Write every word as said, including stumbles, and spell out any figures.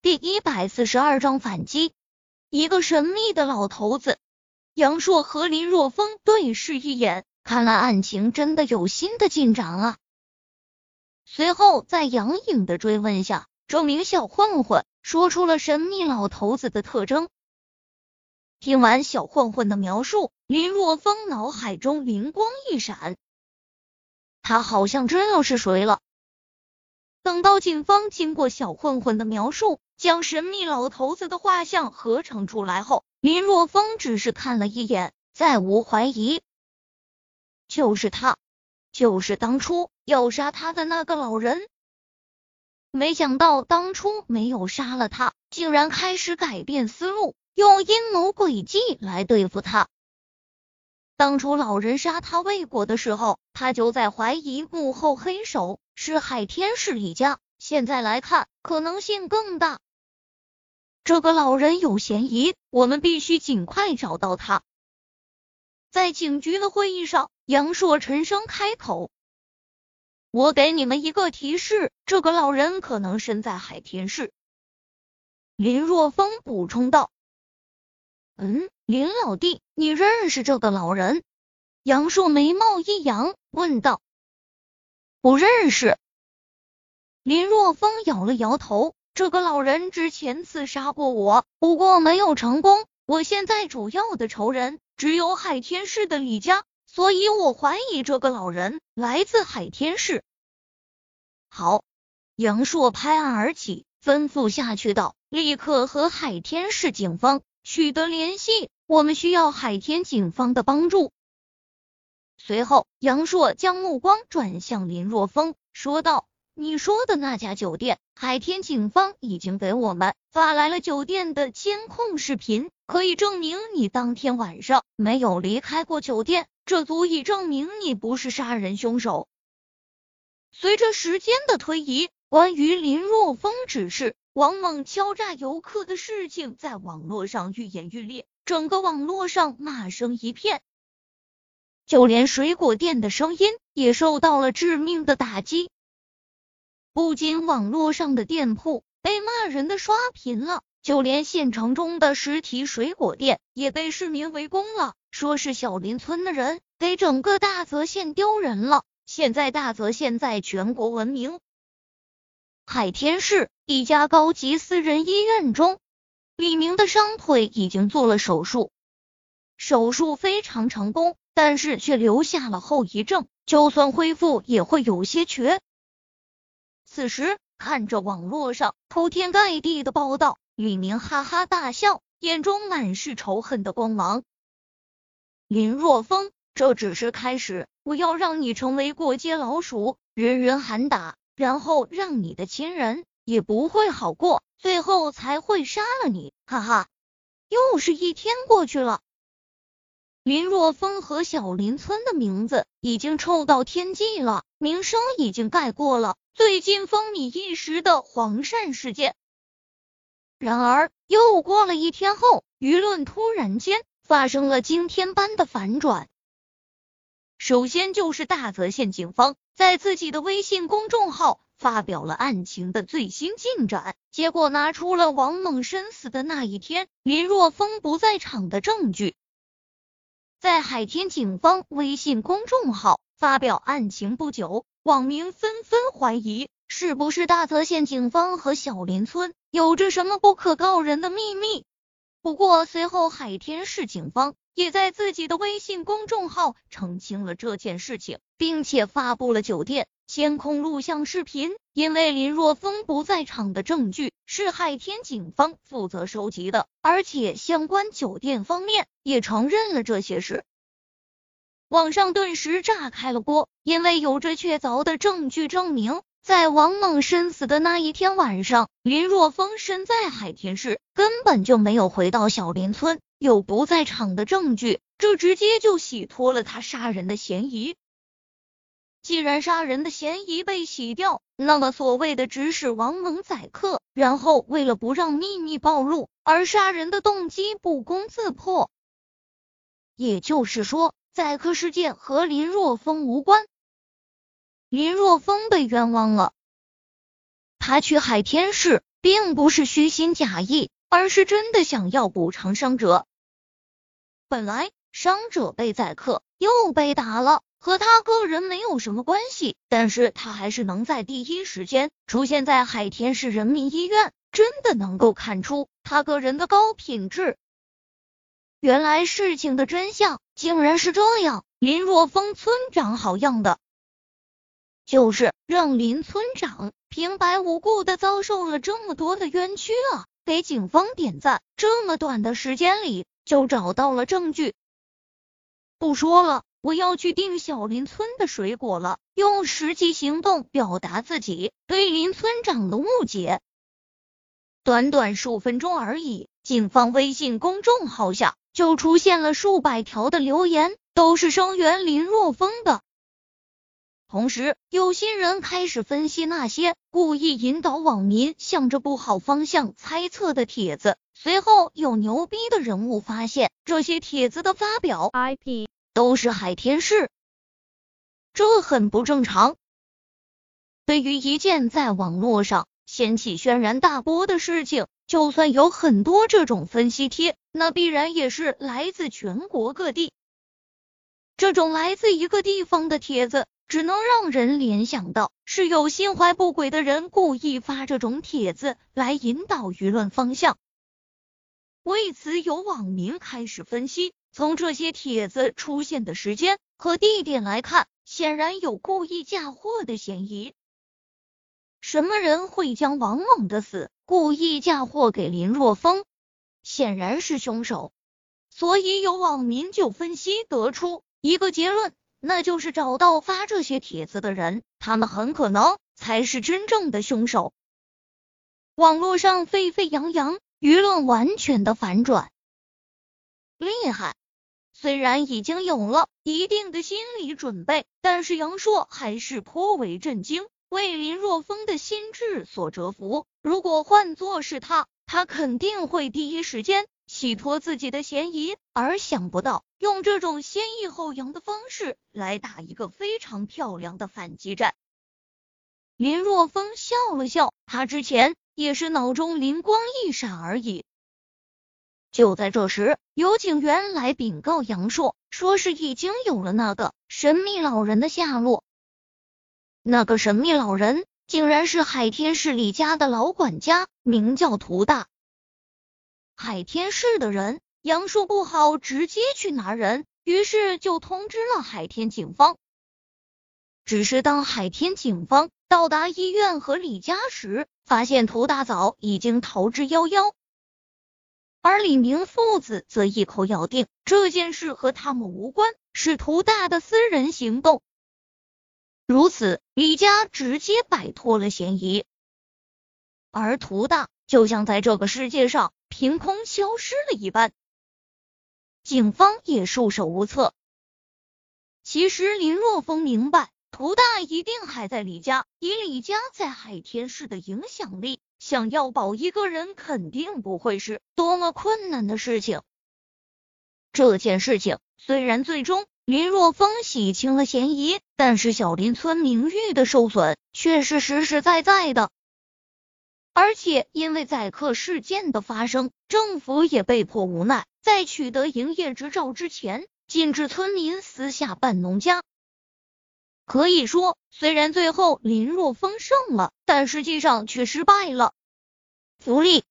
第一百四十二章反击。一个神秘的老头子。杨烁和林若风对视一眼，看来案情真的有新的进展啊。随后在杨颖的追问下，这名小混混说出了神秘老头子的特征。听完小混混的描述，林若风脑海中灵光一闪，他好像知道是谁了。等到警方经过小混混的描述，将神秘老头子的画像合成出来后，林若风只是看了一眼，再无怀疑。就是他，就是当初要杀他的那个老人。没想到当初没有杀了他，竟然开始改变思路，用阴谋诡计来对付他。当初老人杀他未果的时候，他就在怀疑幕后黑手是海天市李家，现在来看可能性更大。这个老人有嫌疑，我们必须尽快找到他。在警局的会议上，杨烁沉声开口：我给你们一个提示，这个老人可能身在海天市。林若风补充道：嗯，林老弟，你认识这个老人？杨烁眉毛一扬，问道。不认识。林若风摇了摇头，这个老人之前刺杀过我，不过没有成功。我现在主要的仇人只有海天市的李家，所以我怀疑这个老人来自海天市。好，杨烁拍案而起，吩咐下去道：立刻和海天市警方取得联系，我们需要海天警方的帮助。随后，杨烁将目光转向林若风，说道：你说的那家酒店，海天警方已经给我们发来了酒店的监控视频，可以证明你当天晚上没有离开过酒店，这足以证明你不是杀人凶手。随着时间的推移，关于林若风指示王猛敲诈游客的事情在网络上愈演愈烈，整个网络上骂声一片，就连水果店的声音也受到了致命的打击。不仅网络上的店铺被骂人的刷屏了，就连县城中的实体水果店也被市民围攻了，说是小林村的人给整个大泽县丢人了。现在大泽县在全国闻名。海天市一家高级私人医院中，李明的伤腿已经做了手术，手术非常成功，但是却留下了后遗症，就算恢复也会有些瘸。此时看着网络上铺天盖地的报道，李明哈哈大笑，眼中满是仇恨的光芒。林若风，这只是开始，我要让你成为过街老鼠，人人喊打，然后让你的亲人也不会好过，最后才会杀了你，哈哈。又是一天过去了，林若风和小林村的名字已经臭到天际了，名声已经盖过了最近风靡一时的黄鳝事件。然而又过了一天后，舆论突然间发生了惊天般的反转。首先就是大泽县警方在自己的微信公众号发表了案情的最新进展，结果拿出了王猛身死的那一天林若风不在场的证据。在海天警方微信公众号发表案情不久，网民纷纷怀疑是不是大泽县警方和小林村有着什么不可告人的秘密。不过随后海天市警方也在自己的微信公众号澄清了这件事情，并且发布了酒店监控录像视频，因为林若风不在场的证据是海天警方负责收集的，而且相关酒店方面也承认了这些事。网上顿时炸开了锅，因为有着确凿的证据证明，在王猛身死的那一天晚上，林若风身在海天市，根本就没有回到小林村，有不在场的证据，这直接就洗脱了他杀人的嫌疑。既然杀人的嫌疑被洗掉，那么所谓的指使王猛宰客，然后为了不让秘密暴露而杀人的动机不攻自破。也就是说，宰客事件和林若风无关，林若风被冤枉了。他去海天市并不是虚心假意，而是真的想要补偿伤者。本来伤者被宰客又被打了，和他个人没有什么关系，但是他还是能在第一时间出现在海天市人民医院，真的能够看出他个人的高品质。原来事情的真相竟然是这样，林若风村长好样的，就是让林村长平白无故的遭受了这么多的冤屈啊，给警方点赞，这么短的时间里就找到了证据。不说了，我要去订小林村的水果了，用实际行动表达自己对林村长的误解。短短数分钟而已，警方微信公众号下就出现了数百条的留言，都是声援林若风的。同时，有些人开始分析那些故意引导网民向着不好方向猜测的帖子。随后，有牛逼的人物发现，这些帖子的发表 I P 都是海天市，这很不正常。对于一件在网络上掀起轩然大波的事情，就算有很多这种分析帖，那必然也是来自全国各地。这种来自一个地方的帖子，只能让人联想到是有心怀不轨的人故意发这种帖子来引导舆论方向。为此，有网民开始分析，从这些帖子出现的时间和地点来看，显然有故意嫁祸的嫌疑。什么人会将王猛的死故意嫁祸给林若风？显然是凶手。所以有网民就分析得出一个结论，那就是找到发这些帖子的人，他们很可能才是真正的凶手。网络上沸沸扬扬，舆论完全的反转。厉害！虽然已经有了一定的心理准备，但是杨烁还是颇为震惊，为林若风的心智所折服。如果换作是他，他肯定会第一时间洗脱自己的嫌疑，而想不到用这种先抑后扬的方式来打一个非常漂亮的反击战。林若风笑了笑，他之前也是脑中灵光一闪而已。就在这时，有警员来禀告杨烁，说是已经有了那个神秘老人的下落。那个神秘老人竟然是海天市李家的老管家，名叫涂大。海天市的人，杨烁不好直接去拿人，于是就通知了海天警方。只是当海天警方到达医院和李家时，发现涂大早已经逃之夭夭。而李明父子则一口咬定这件事和他们无关，是涂大的私人行动。如此，李家直接摆脱了嫌疑，而涂大就像在这个世界上凭空消失了一般，警方也束手无策。其实林若风明白，涂大一定还在李家，以李家在海天市的影响力，想要保一个人肯定不会是多么困难的事情。这件事情虽然最终林若风洗清了嫌疑，但是小林村名誉的受损却是实实在在的。而且因为宰客事件的发生，政府也被迫无奈，在取得营业执照之前，禁止村民私下办农家。可以说，虽然最后林若风胜了，但实际上却失败了。福利